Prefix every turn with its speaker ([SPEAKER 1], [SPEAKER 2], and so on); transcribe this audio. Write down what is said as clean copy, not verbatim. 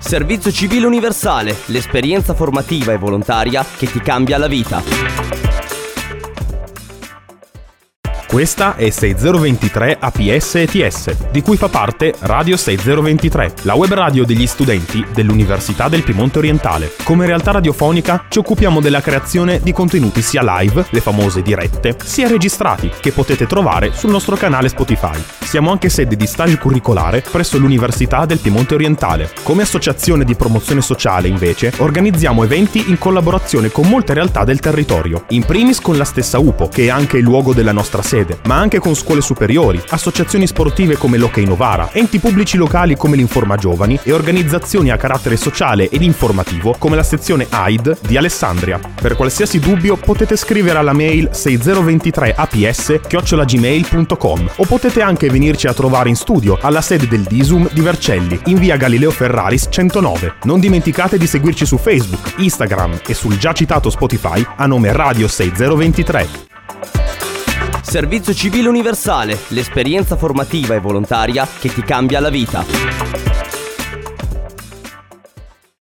[SPEAKER 1] Servizio civile universale, l'esperienza formativa e volontaria che ti cambia la vita.
[SPEAKER 2] Questa è 6023 APS ETS, di cui fa parte Radio 6023, la web radio degli studenti dell'Università del Piemonte Orientale. Come realtà radiofonica ci occupiamo della creazione di contenuti sia live, le famose dirette, sia registrati, che potete trovare sul nostro canale Spotify. Siamo anche sede di stage curricolare presso l'Università del Piemonte Orientale. Come associazione di promozione sociale, invece, organizziamo eventi in collaborazione con molte realtà del territorio, in primis con la stessa UPO, che è anche il luogo della nostra sede, ma anche con scuole superiori, associazioni sportive come l'Hockey Novara, enti pubblici locali come l'Informa Giovani e organizzazioni a carattere sociale ed informativo come la sezione AID di Alessandria. Per qualsiasi dubbio potete scrivere alla mail 6023aps@gmail.com o potete anche venirci a trovare in studio alla sede del Disum di Vercelli, in via Galileo Ferraris 109. Non dimenticate di seguirci su Facebook, Instagram e sul già citato Spotify a nome Radio 6023.
[SPEAKER 1] Servizio civile universale, l'esperienza formativa e volontaria che ti cambia la vita.